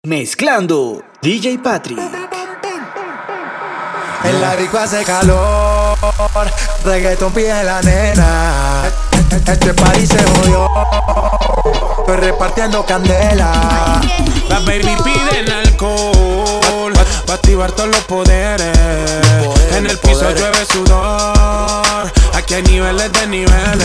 Mezclando DJ Patrick. En la disco hace calor, reggaeton pide la nena. Este party se jodió, estoy repartiendo candela. Las baby piden alcohol pa' activar todos los poderes. En el piso llueve sudor, aquí hay niveles de niveles.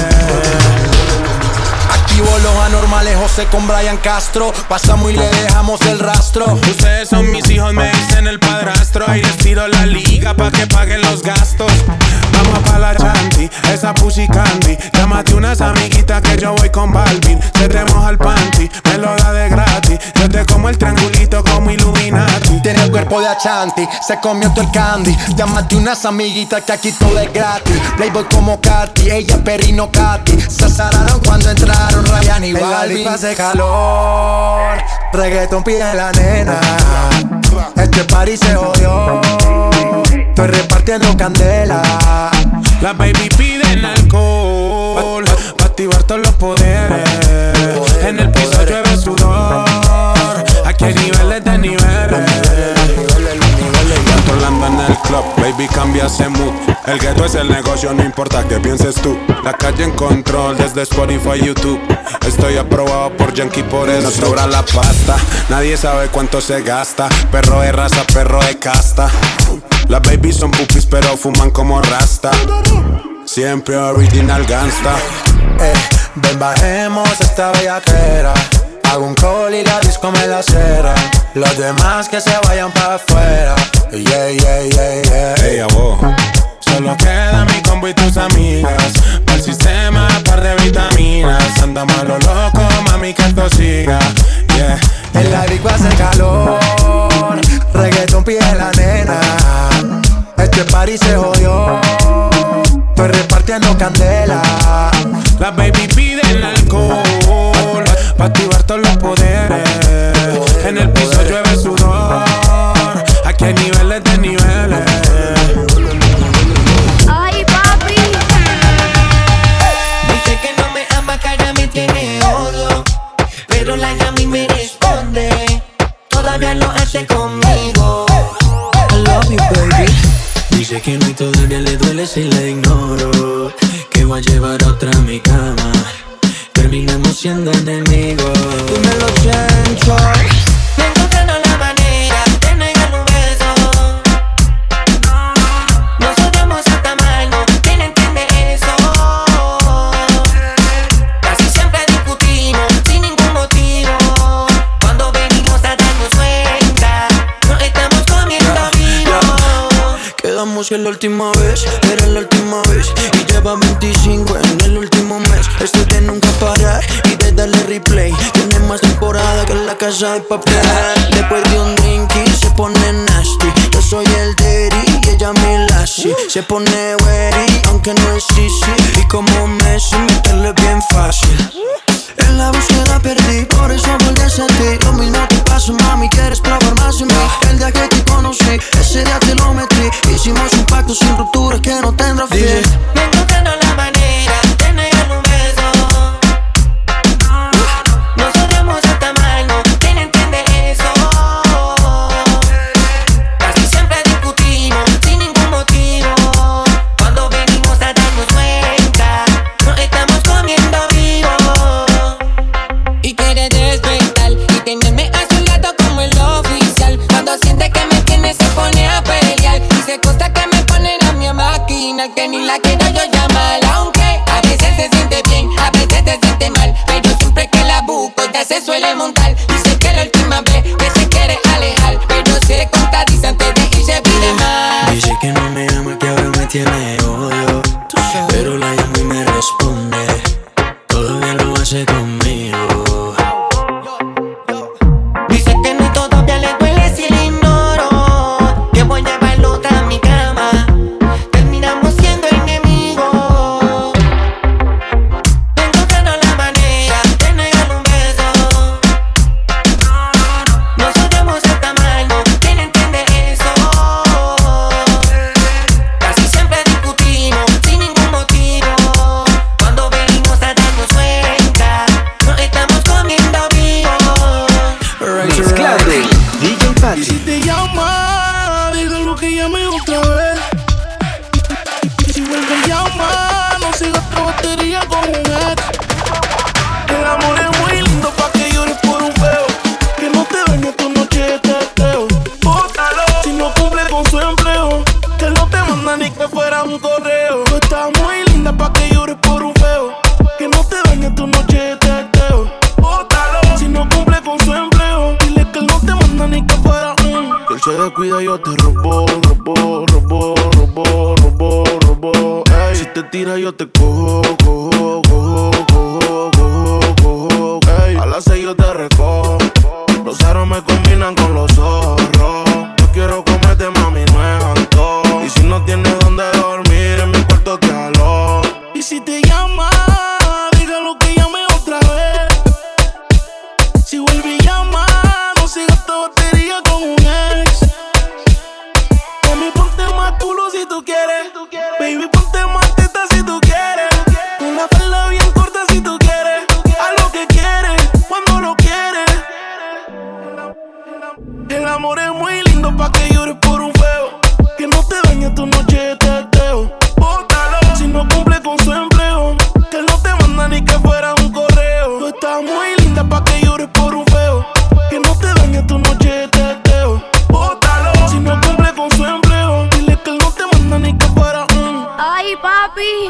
Activo los anormales, José con Brian Castro. Pasamos y le dejamos el rastro. Ustedes son mis hijos, me dicen el padrastro. Ahí les tiro la liga pa' que paguen los gastos. Vamos pa' la chanti, esa pussy candy. Llámate unas amiguitas que yo voy con Balvin. Se te moja el panty, me lo da de gratis. Yo te como el triangulito como Illuminati. Tiene el cuerpo de Achanti, se comió todo el candy. Llámate unas amiguitas que aquí todo es gratis. Playboy como Katy, ella Perrino Katy. Se azararon cuando entraron Ryan y Balvin. Hace calor, reggaeton pide la nena. Este party se jodió, estoy repartiendo candela. Las baby piden alcohol pa' activar todos los poderes. En el piso llueve sudor, aquí hay niveles de niveles. Controlando en el club, baby cambia ese mood. El ghetto es el negocio, no importa qué pienses tú. La calle en control desde Spotify, YouTube. Estoy aprobado por Yankee, por eso no sobra la pasta. Nadie sabe cuánto se gasta. Perro de raza, perro de casta. Las babies son pupis pero fuman como rasta. Siempre original gangsta. Ven bajemos esta bellaquera. Hago un call y la disco me la cera. Los demás que se vayan pa' afuera. Yeah, yeah, yeah, yeah. Hey, abo. Solo queda mi combo y tus amigas. Pa'l sistema, par de vitaminas. Andamos a lo loco, mami, que esto siga. Yeah. En la disco hace calor, reggaeton pide la nena. Este party se jodió, estoy repartiendo candela. Las baby piden alcohol pa' activar todos los poderes. En el piso llueve sudor, aquí hay niveles de niveles. Ay, papi. Dice que no me ama, cara me tiene odio. Pero la Yami me responde, todavía lo hace conmigo. I love you, baby. Dice que no y todavía le duele si la ignoro. Que voy a llevar a otra a mi cama. Terminamos siendo enemigos. Dímelo, Chencho. Me encontrando la manera de negar un beso. Nos odiamos hasta mal, no tiene entender eso. Casi siempre discutimos sin ningún motivo. Cuando venimos a darnos cuenta, no estamos comiendo vivo. Quedamos que la última vez, era la última vez. Y lleva 25 en el último mes. Esto de nunca parar y de darle replay. Tiene más temporada que la Casa de Papel. Después de un drink y se pone nasty. Yo soy el daddy y ella mi lassie. Se pone wary aunque no es easy. Y como Messi meterle bien fácil. En la búsqueda perdí, por eso volví a sentir. Lo mismo te pasa, mami, quieres probar más de mí. El día que te conocí, ese día te lo metí. Hicimos un pacto sin ruptura que no tendrá fin. Me encontrando la manera de negar un beso. Nos odiamos hasta mal, no tiene entender eso. Casi siempre discutimos sin ningún motivo. Cuando venimos a darnos cuenta, no estamos comiendo vivo. Y quiere despertar y tenerme a su lado como el oficial. Cuando siente que me tiene se pone a pelear. Dice cosas que me ponen a mi máquina, que ni la quiero yo llamar. Aunque a veces se siente bien, a veces se siente mal. Pero siempre que la busco ya se suele montar. Dice que la última vez que se quiere alejar, pero se contradice antes de irse pide más. Dice que no me ama, que ahora me tiene odio. Pero la llamo y me responde, todavía lo hace conmigo. Dice que no y todavía le duele si le ignoro. Que voy a llevarlo otra a mi cama. Terminamos siendo enemigos. Encontrando la manera de negar un beso. Versace. Y si te llama, dígalo que llame otra vez. Y si vuelve a llamar, no sigas otra batería con un ex. El amor es muy lindo pa' que llores por un feo, que no te dañe tu noche de teteo. Bótalo si no cumple con su empleo, que no te manda ni que fuera un correo. Tú estás muy linda pa' que llores por un feo, que no te dañe tu noche de teteo. Bótalo si no cumple con su empleo, dile que él no te manda ni que fuera un. Que él se descuida y yo te robo. Ey, si te tira yo te cojo. Ey, a las 6 yo te recojo. Los aros me combinan con los zorros. Yo quiero comerte, mami, no es antojo. Y si no tienes donde dormir, en mi cuarto te alojo. Y si te llama, dígalo que llame otra vez. Si vuelve y llama, no sigas esta batería con un ex. Mami, ponte más culo si tú quieres. Baby, ponte más teta si tú quieres. Una falda bien corta si tú quieres. Haz lo que quieres, cuando lo quieres. El amor es muy lindo pa' que llores por un feo, que no te dañe tu noche de teteo. Bótalo si no cumple con su empleo, que él no te manda ni que fuera un correo. Tú estás muy linda pa' que llores por un feo, que no te dañe tu noche de teteo. Bótalo si no cumple con su empleo, dile que él no te manda ni que fuera un. Ay, papi.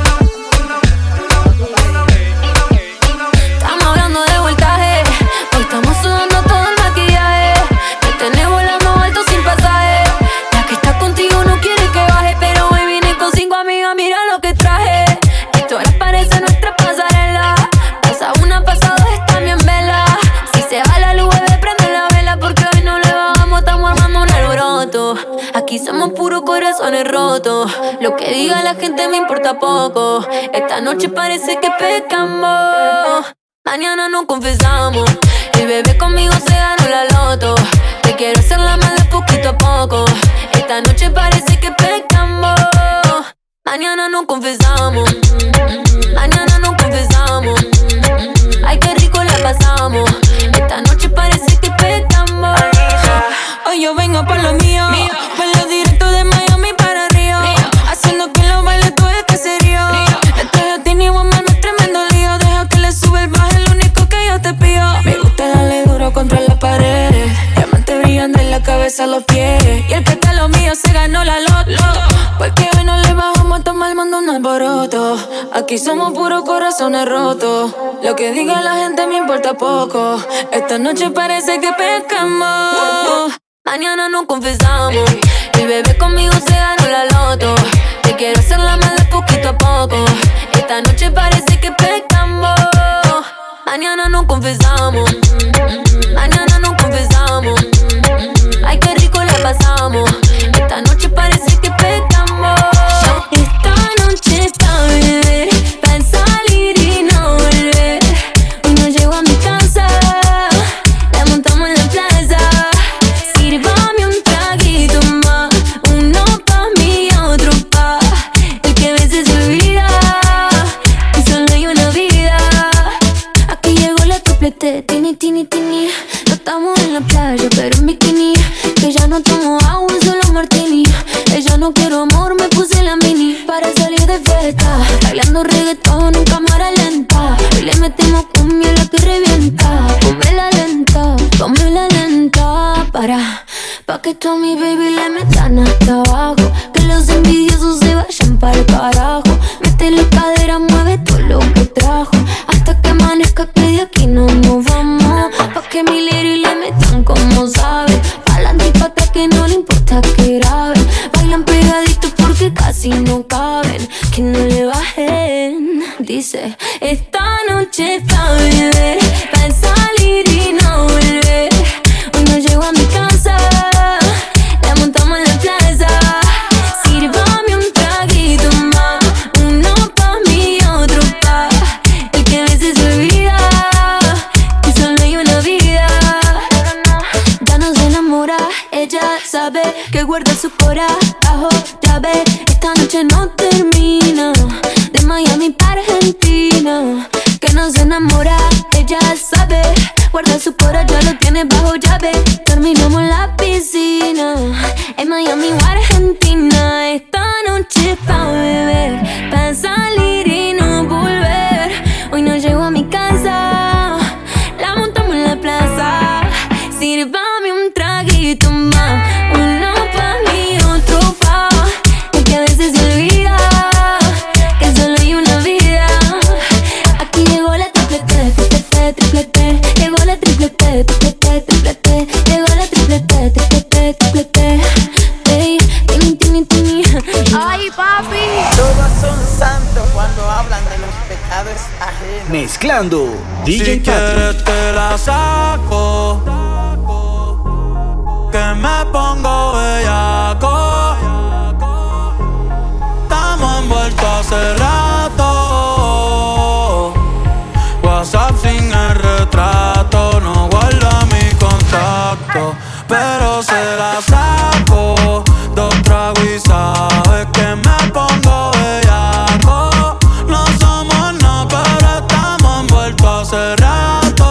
Estamos hablando de voltaje, hoy estamos sudando todo el maquillaje. Me tenés volando alto sin pasaje. La que está contigo no quiere que baje, pero hoy vine con 5 amigas, mira lo que traje. Esto ahora parece nuestra pasarela. Pasa una, pasa dos, está bien vela. Si se va la luz, bebé, prende la vela, porque hoy no le bajamos, estamos armando un alboroto. Aquí somos puros corazones rotos. Lo que diga la gente me importa poco. Esta noche parece que pecamos. Mañana nos confesamos. El bebé conmigo se ganó la loto. Te quiero hacer la mala poquito a poco. Esta noche parece que pecamos. Mañana nos confesamos. Mañana nos confesamos. Ay, qué rico la pasamos. Esta noche parece que pecamos. Hoy yo vengo por lo mío. Vuelo directo de Miami para Río. Haciendo que los bailes todo este serio. Le traje a Tini Woman, no es tremendo lío. Deja que le sube el bajo, es lo único que yo te pido. Me gusta darle duro contra la pared. Diamante brillando en la cabeza, los pies. Y el que está lo mío se ganó la loto. Porque hoy no le bajamos, estamos armando un alboroto. Aquí somos puros corazones rotos. Lo que diga la gente me importa poco. Esta noche parece que pecamos. Mañana nos confesamos. El bebé conmigo se ganó la loto. Te quiero hacer la mala poquito a poco. Esta noche parece que pecamos. Mañana nos confesamos. Mañana nos confesamos. Ay, qué rico la pasamos. Esta noche parece que pecamos. Esta noche es pa' beber, pa' salir y no volver. Hoy no llego a mi casa, la montamos en la plaza. Sírvame un traguito más, uno pa' mí y otro pa' el que a veces se olvida, y solo hay una vida. Aquí llegó la triplete, tini, tini, tini. No estamos en la playa, pero en bikini. Que ya no tomo agua, solo martini. Ella no quiero amor, me puse la mini para salir de fiesta, bailando reggaetón en cámara lenta. Hoy le metemos cumbia la que revienta. Ponme la lenta, pa' que tú a mi baby le metan hasta abajo. Que los envidiosos se vayan pa'l carajo. Mete la cadera, mueve todo lo que trajo. Hasta que amanezca que de aquí no nos vamos. Pa' que mi lady le metan como sabe. Pa'lante y pa' atrás que no le importa que graben. Bailan pegaditos porque casi no caben. Que no le bajen. Dice, esta noche es pa' beber, pa' salir y no volver. Hoy no llego a mi casa, la montamos en la plaza. Sírvame un traguito más, uno pa' mí y otro pa' el que a veces se olvida, que solo hay una vida. Ya no se enamora, ella sabe que guarda su corazón bajo llave. Esta noche no termina, de Miami para Argentina. Que no se enamora, ella sabe, guarda su corazón, ya lo tiene bajo llave. Terminamos la llegó la triplete, triplete, triplete. Ey, tini, tini, tini. Ay, papi. Todos son santos cuando hablan de los pecados ajenos. Mezclando DJ Si quieres Patri. te la saco, que me pongo bellaco. Estamos envueltos hace rato. WhatsApp sin el retrato, no guarda mi contacto, pero se la saco. 2 tragos y sabes que me pongo bellaco. No somos nada, pero estamos envueltos hace rato.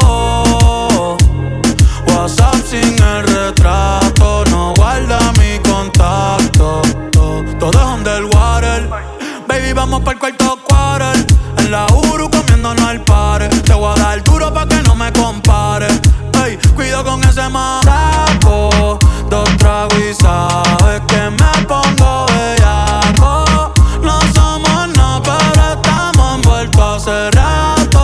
WhatsApp sin el retrato, no guarda mi contacto. Todo es underwater. Baby, vamos pa'l cuarto quarter. En la Uru comiéndonos al pare. Te voy a dar duro pa' que no me compare. Ey, cuido con ese masaco. 2 tragos y sabes que me pongo bellaco. No somos nada, pero estamos envueltos hace rato.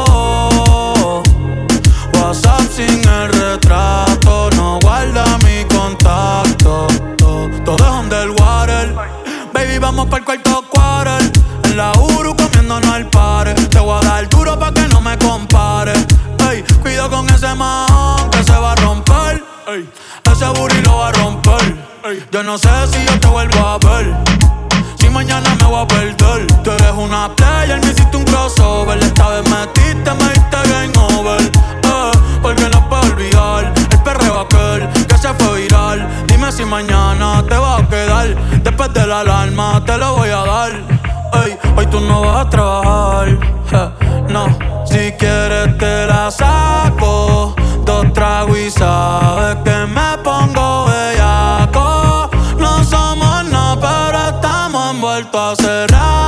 WhatsApp sin el retrato, no guarda mi contacto. Todo es underwater. Baby, vamos pa'l cuarto quarter. En la Uru comiéndonos al pare. Te voy a dar duro pa' que no me compare. Ey, cuido con ese man que se va a romper. Ey, ese booty lo va a romper. Ey, yo no sé si yo te vuelvo a ver. Si mañana me voy a perder. Tú eres una player, me hiciste un crossover. Esta vez me diste game over. Porque no puedo olvidar el perreo aquel que se fue viral. Dime si mañana te vas a quedar. Después de la alarma te lo voy a dar. Ey, hoy tú no vas a trabajar. No, si quieres te la saco. 2 tragos y sabes que me pongo bellaco. No somos nada, pero estamos envueltos hace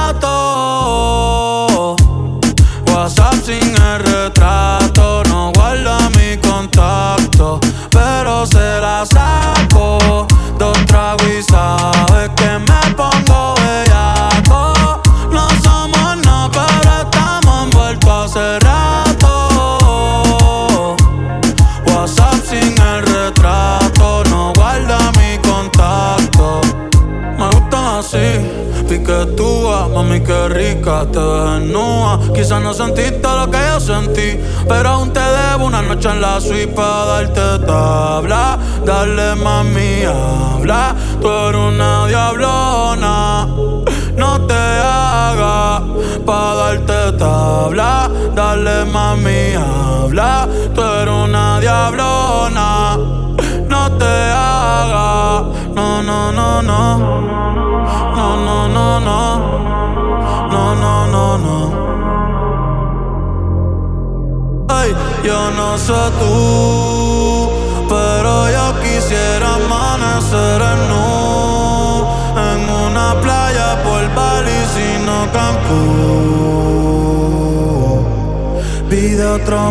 rato. WhatsApp sin el retrato, no guarda mi contacto, pero se la saco. 2 tragos y sabes que me pongo bellaco. No somos nada, pero estamos envueltos hace rato. WhatsApp sin el retrato, no guarda mi contacto. Me gustan así, piquetúa, mami qué rica, te ves desnuda. Quizás no sentiste lo que yo sentí, pero aún te debo una noche en la suite pa' darte tabla. Dale mami, habla, tú eres una diablona. No te hagas pa' darte tabla. Dale mami, habla, tú eres una diablona. No te hagas, no, no, no, no. No, no, no, no. No, no, no, no. Ay, yo no sé tú, pero yo quisiera amanecer en una playa por Bali, sino Cancún. Pide otro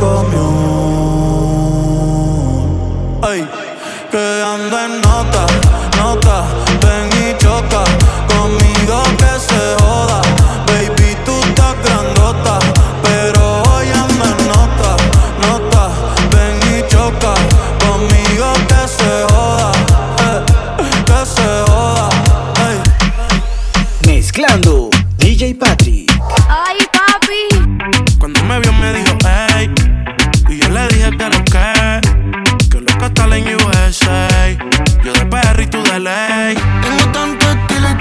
Moscomión. Ay, que ando en nota, nota. Ven y choca conmigo que se joda. Baby, tú estás grandota, pero hoy ando en nota, nota. Ven y choca conmigo que se joda, que se joda. Hey. Mezclando DJ Patri. Ay, papi. Cuando me vio me dijo, hey. Y yo le dije que lo que está en USA. Yo de PR y tú de ley. Tengo tanto estilo y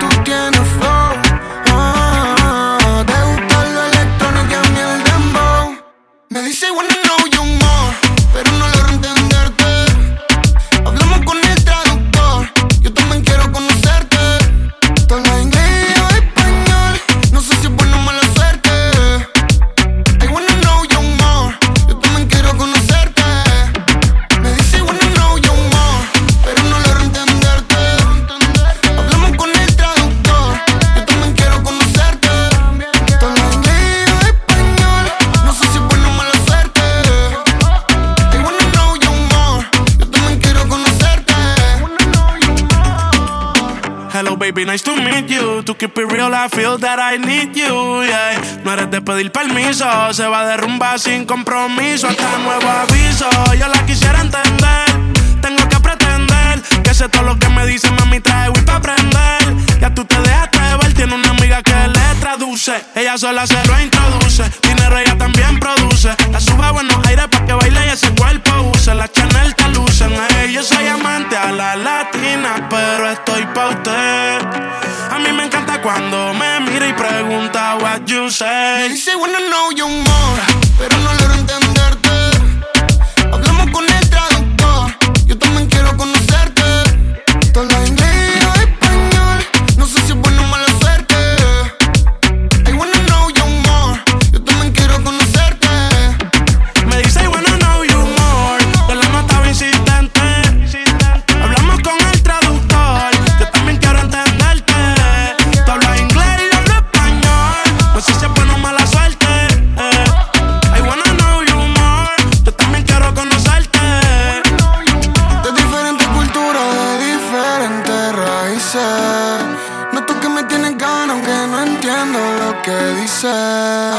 Hello baby, nice to meet you. To keep it real, I feel that I need you, yeah. No eres de pedir permiso, se va de rumba sin compromiso. Hasta nuevo aviso, yo la quisiera entender. Tengo que pretender que sé todo lo que me dice, mami, trae Wii pa' aprender. Ya tú te dejaste ver, tiene una amiga que le traduce. Ella sola se lo introduce, dinero ella también produce. La sube a buenos aires pa' que baile y ese cuerpo use. La Chanel te lucen, yo soy amante a la latina, pero estoy pa' usted. A mí me encanta cuando me mira y pregunta what you say. Me dice wanna know you more, pero no logro entenderte. Hablamos con el traductor, yo también quiero conocerte. Tú hablas inglés y español, no sé si es buena o mala suerte. I wanna know you more, yo también quiero conocerte. Me dice I wanna know you more, yo la notaba insistente. Hablamos con el traductor, yo también quiero entenderte. Tú hablas inglés y yo hablo español, no sé si es buena o mala suerte. I wanna know you more, yo también quiero conocerte. De diferentes culturas, de diferentes raíces. Noto que me tienes ganas aunque no entiendo lo que dices.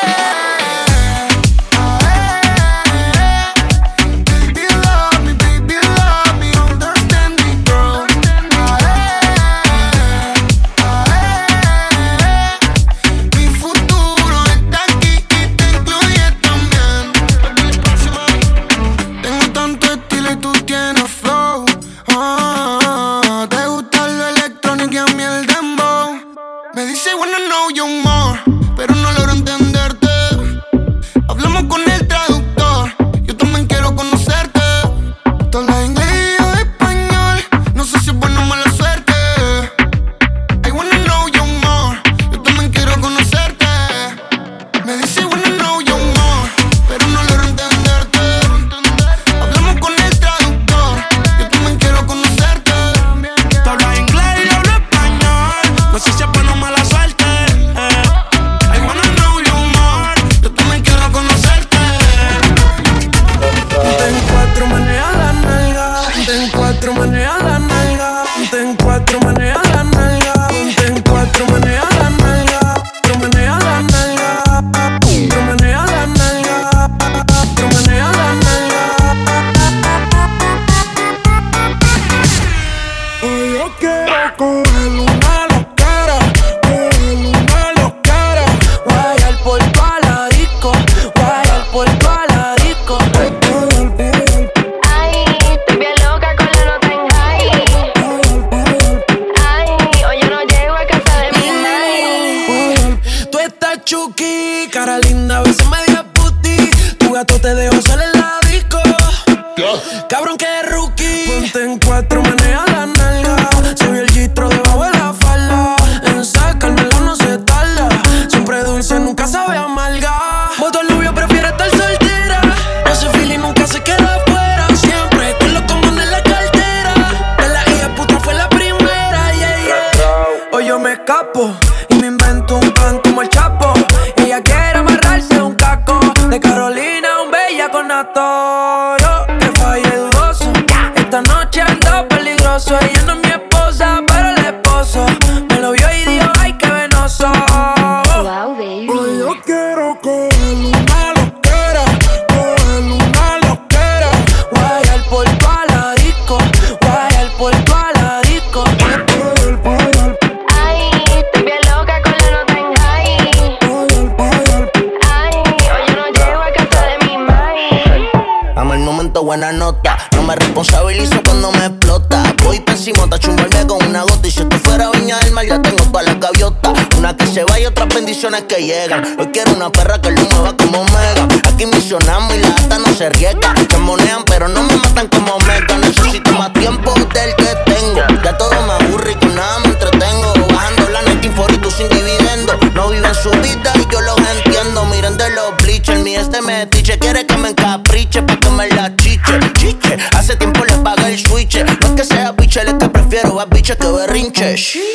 Buena nota, no me responsabilizo cuando me explota. Voy pésimo, a chumbarme con una gota. Y si esto fuera Viña del Mar, ya tengo todas las gaviotas. Una que se va y otras bendiciones que llegan. Hoy quiero una perra que el humo va como Omega. Aquí misionamos y la ata no se riega. Se monean pero no me matan como Omega. Necesito más tiempo del que tengo. Ya todo me aburre y con nada me entretengo. Bajando la 1942 sin dividendo. No viven su vida y yo los entiendo. Miren de los bleachers, mi metiche. Quiere que me encapriche pa' que me la chiche. Hace tiempo le pagué el switch. No es que sea biche, es que prefiero a biche que berrinche.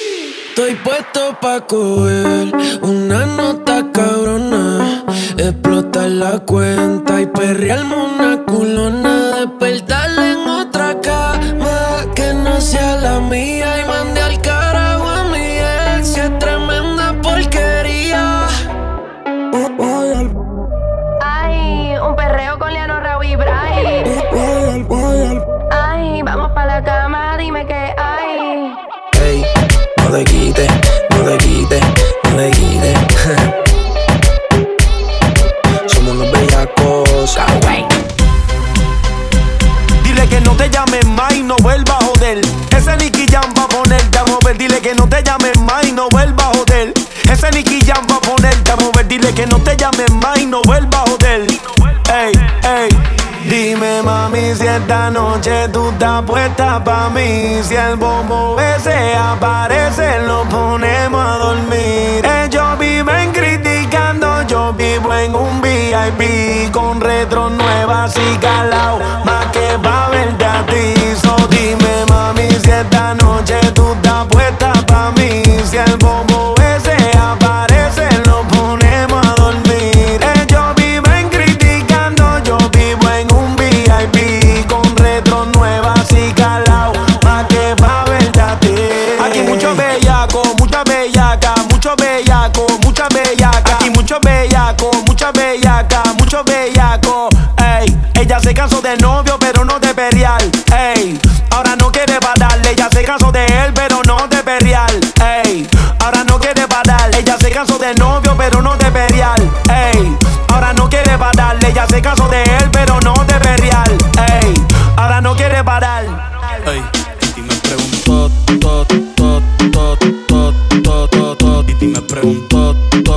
Estoy puesto pa' coger una nota cabrona, explotar la cuenta y perrearme una culona, despertarle en otra cama que no sea la mía y mande al carajo te quites, no te quites, no te quites. Somos unos bellacos. Dile que no te llames más y no vuelva a joder. Ese Nicky Jam va a ponerte a mover. Dile que no te llames más y no vuelva a joder. Ese Nicky Jam va a ponerte a mover. Dile que no te llames más y no vuelva a joder. Ey, ey. Dime mami si esta noche tú estás puesta pa' mí. Si el bombo ese aparece lo ponemos a dormir. Ellos viven criticando, yo vivo en un VIP con retro nuevas y calao, más que pa' verte a ti. So dime mami si esta noche tú estás puesta pa' mí. Si el bombo ese aparece lo ponemos a dormir. Ellos viven criticando, yo vivo en un VIP con retro nuevas y calao, más que pa' verte a ti. Aquí muchos bellacos, muchas bellacas, muchos bellacos, muchas bellacas. Aquí muchos bellacos, muchas bellacas, muchos bellacos. Ey, ella se cansó de novio pero no de perrear. Ey, ahora no quiere pararle. Ella se cansó de él pero no de perrear. Ey, ahora no quiere parar. Ella se cansó de novio pero no de perrear. Ey, ahora no quiere pararle. Ella se cansó de él pero no de perrear. Ey, ahora no quiere parar. Ey, Titi me preguntó, Titi me preguntó,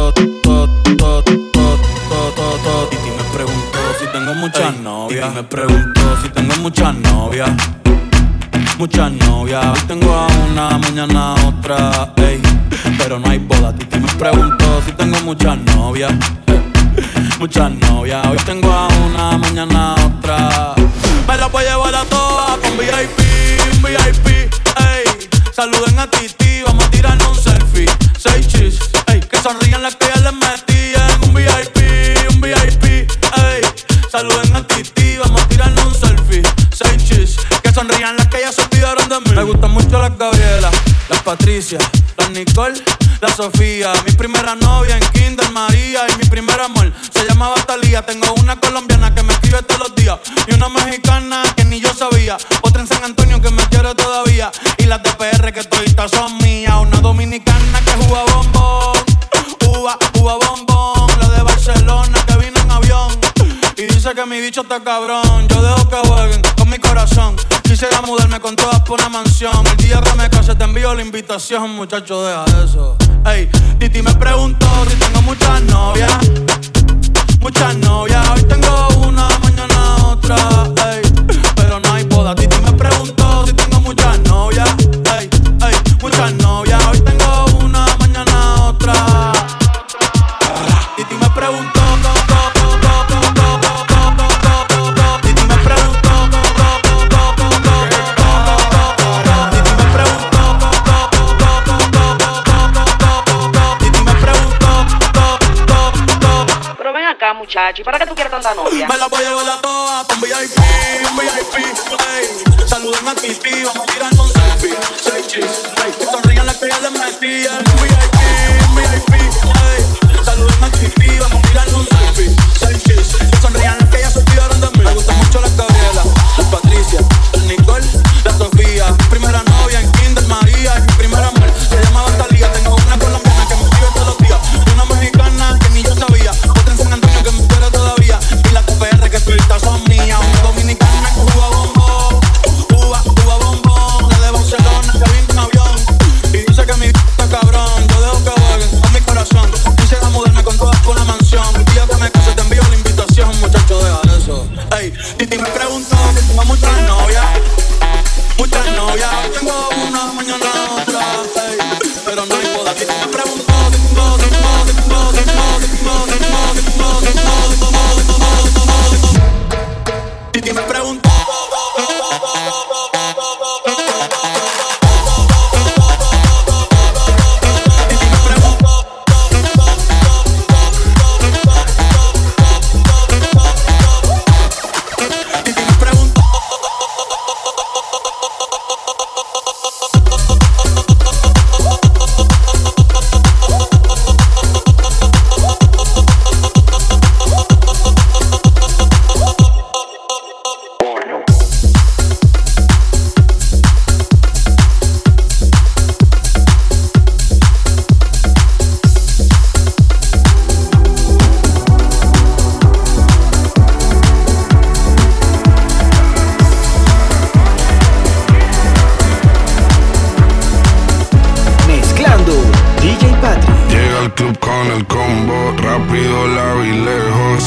Titi me preguntó si tengo muchas novias. Titi me preguntó si tengo muchas novias. Muchas novias, hoy tengo a una, mañana a otra, ey, pero no hay boda. Titi me preguntó si tengo muchas novias. Muchas novias, hoy tengo a una, mañana a otra. Me la voy a llevar a todas con VIP, un VIP, ey. Saluden a Titi, vamos a tirarnos un selfie. 6 chis, ey, que sonrían las que ya les metí en un VIP, ey. Saluden a Titi, vamos a tirarnos un selfie. 6 chis, que sonrían las que ya se olvidaron de mí. Me gustan mucho las Gabriela, las Patricia, las Nicole, la Sofía. Mi primera novia en Kinder María y mi primer amor se llamaba Talía. Tengo una colombiana que me escribe todos los días y una mexicana que ni yo sabía. Otra en San Antonio que me quiere todavía y las de PR que toditas son mías. Una dominicana que juega bombón, uva bombón. La de Barcelona que vino en avión y dice que mi bicho está cabrón. Yo dejo que jueguen con mi corazón. Quisiera mudarme con todas por una mansión. El día que me case te envío la invitación, muchacho, deja eso. Ey, Titi me preguntó si tengo muchas novias. Muchas novias, hoy tengo una, mañana otra, ey, pero no hay boda. Titi me preguntó si tengo muchas novias. Ey, ey, muchas novias, hoy tengo una, mañana otra. Titi me preguntó. Muchacho, ¿y para qué tú quieres tanta novia? Me la voy a llevar a todas con VIP, ey. Saluden a Titi, vamos a tirarnos un selfie. 6 chis, ey, que sonrían las que ya les metí en VIP, ey. Saluden a Titi, vamos a tirarnos un selfie. 6 chis, que sonrían las que ya se olvidaron de mí. Me gustan mucho las Gabriela, las Patricia, las Nicole, la Sofía. Mi primera novia en Kinder María y mi primer amor se llamaba Talía. Tengo una colombiana que me escribe todos los días y una mexicana que ni yo sabía. Otra en San Antonio que me espera todavía y las PR que toditas son mías. Una dominicana que juega bombón, uva bombón. La de Barcelona que vino en avión y dice que mi está cabrón. Yo dejo que jueguen con mi corazón. Quisiera mudarme con todas por una mansión. El día que me case te envío la invitación, muchacho, deja eso. Ey, Titi me preguntó si tengo muchas novias. Muchas novias, hoy tengo una, mañana otra, ey, pero no hay boda. Titi me preguntó si Titi me preguntó.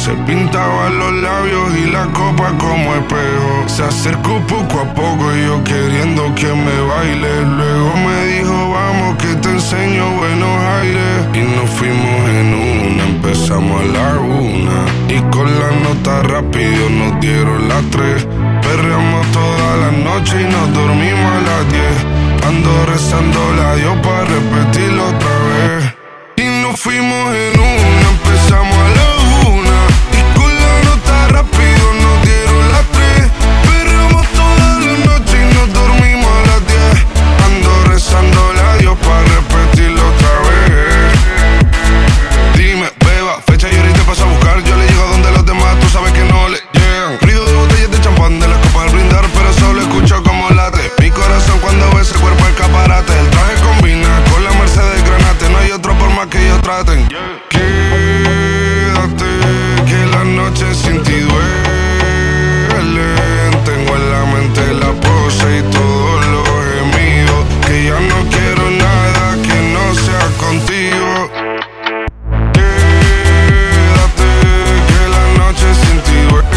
Se pintaba los labios y la copa como espejo. Se acercó poco a poco y yo queriendo que me baile. Luego me dijo, vamos que te enseño buenos aires. Y nos fuimos en una, empezamos a la 1. Y con la nota rápido nos dieron las 3. Perreamos toda la noche y nos dormimos a las 10. Ando rezando la Dios para repetirlo otra vez. Y nos fuimos en una, empezamos a la 1. Y con la nota rápido nos dieron las 3. Perreamos toda la noche y nos dormimos a las 10. Ando rezando la Dios para repetirlo otra vez. Dime, beba, fecha y ahorita paso a buscar. Yo le llego donde los demás, tú sabes que no le llegan. Ruido de botellas de champán, de las copas al brindar, pero solo escucho como late mi corazón cuando ve ese cuerpo escaparate. El traje combina con la Mercedes Granate. No hay otro por más que ellos traten. Quédate, que la noche sin ti duele. Tengo en la mente la pose y todos los gemidos. Que ya no quiero nada que no sea contigo. Quédate, que la noche sin ti duele.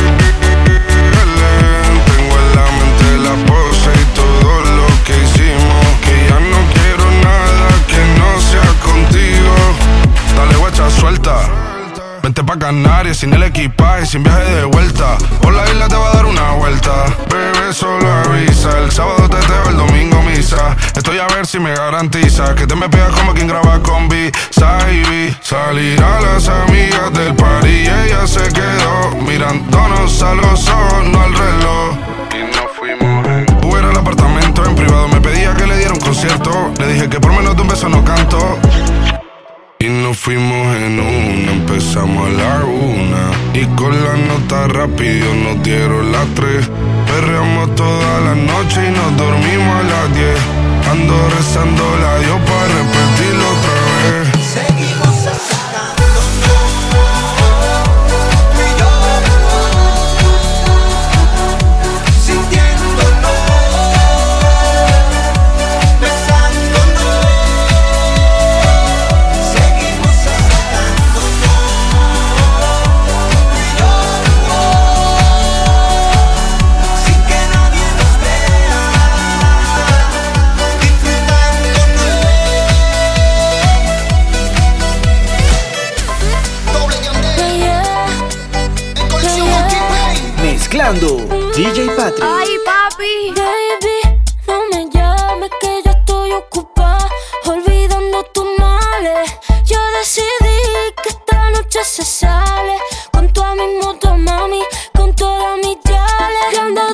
Tengo en la mente la pose y todo lo que hicimos. Que ya no quiero nada que no sea contigo. Dale guacha, suelta. Vente pa' Canarias sin el equipaje, sin viaje de vuelta. Por la isla te va a dar una vuelta. Bebé, solo avisa. El sábado teteo, el domingo misa. Estoy a ver si me garantiza que te me pegas como quien graba con B-Side. Salir a las amigas del party y ella se quedó mirándonos a los ojos, no al reloj. Y nos fuimos en Uber al apartamento en privado. Me pedía que le diera un concierto. Le dije que por menos de un beso no canto. Y nos fuimos en una, empezamos a la 1. Y con la nota rápido nos dieron las 3. Perreamos toda la noche y nos dormimos a las 10. Ando rezando la Dios para repetirlo otra vez. Seguimos acercándonos. DJ Patri. Ay, papi, baby, no me llames que ya estoy ocupada, olvidando tus males. Yo decidí que esta noche se sale con toda mi moto, mami, con todas mis yales. Que ando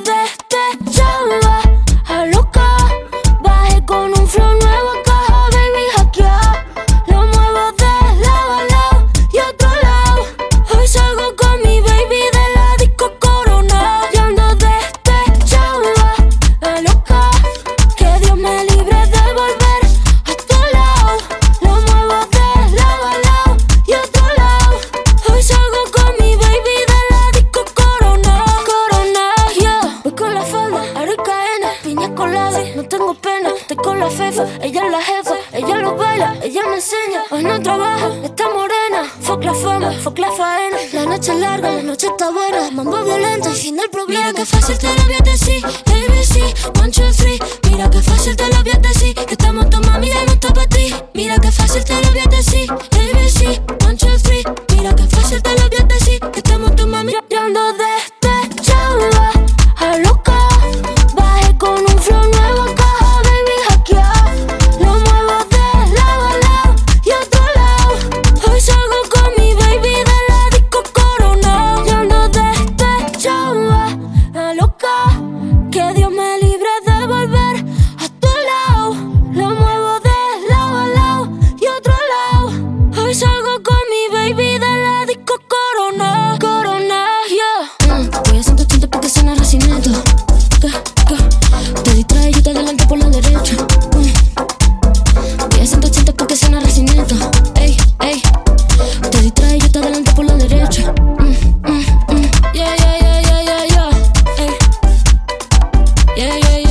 despechada, a loca, bajé con un flow nuevo, caja, baby, hackeado. Lo muevo de lado a lado y otro lado. Hoy salgo con mi baby de la disco Corona. Y ando despechada, a loca, que Dios me libre de volver a tu lado. Lo muevo de lado a lado y otro lado. Hoy salgo con mi baby de la disco Corona. Corona, yeah. Voy con la falda, aro y cadena, piña colada, no tengo pena. Estoy con la fefa, ella es la jefa, ella lo baila, ella me enseña. Hoy no trabaja, está morena. Fuck la fama, fuck la faena. La noche es larga, la noche está buena. Mambo violento y fin del problema. Mira que fácil te lo voy a decir, ABC, 1, 2, 3. Mira que fácil te lo voy a decir, que estamos tu mami ya no está para ti. Mira que fácil te lo voy a decir, ABC, 1, 2, 3. Mira que fácil te lo voy a decir, que estamos tu mami ya ando despechada, a loca, bajé con un flow nuevo, caja, baby, hackeado. Lo muevo de lado a lado y otro lado. Hoy salgo con mi baby de la disco Corona. Yo ando despechada, a loca, que Dios me libre de volver a tu lado. Lo muevo de lado a lado y otro lado. Hoy salgo con mi baby de la disco Corona. Corona, yeah. Voy a 180 porque suena racimiento. Te distraes, yo te adelanto por la derecha. Voy a 180 porque suena racimiento. Ey, ey. Te distraes, yo te adelanto por la derecha. Yeah, yeah, yeah, yeah, yeah, yeah. Ey. Yeah, yeah, yeah.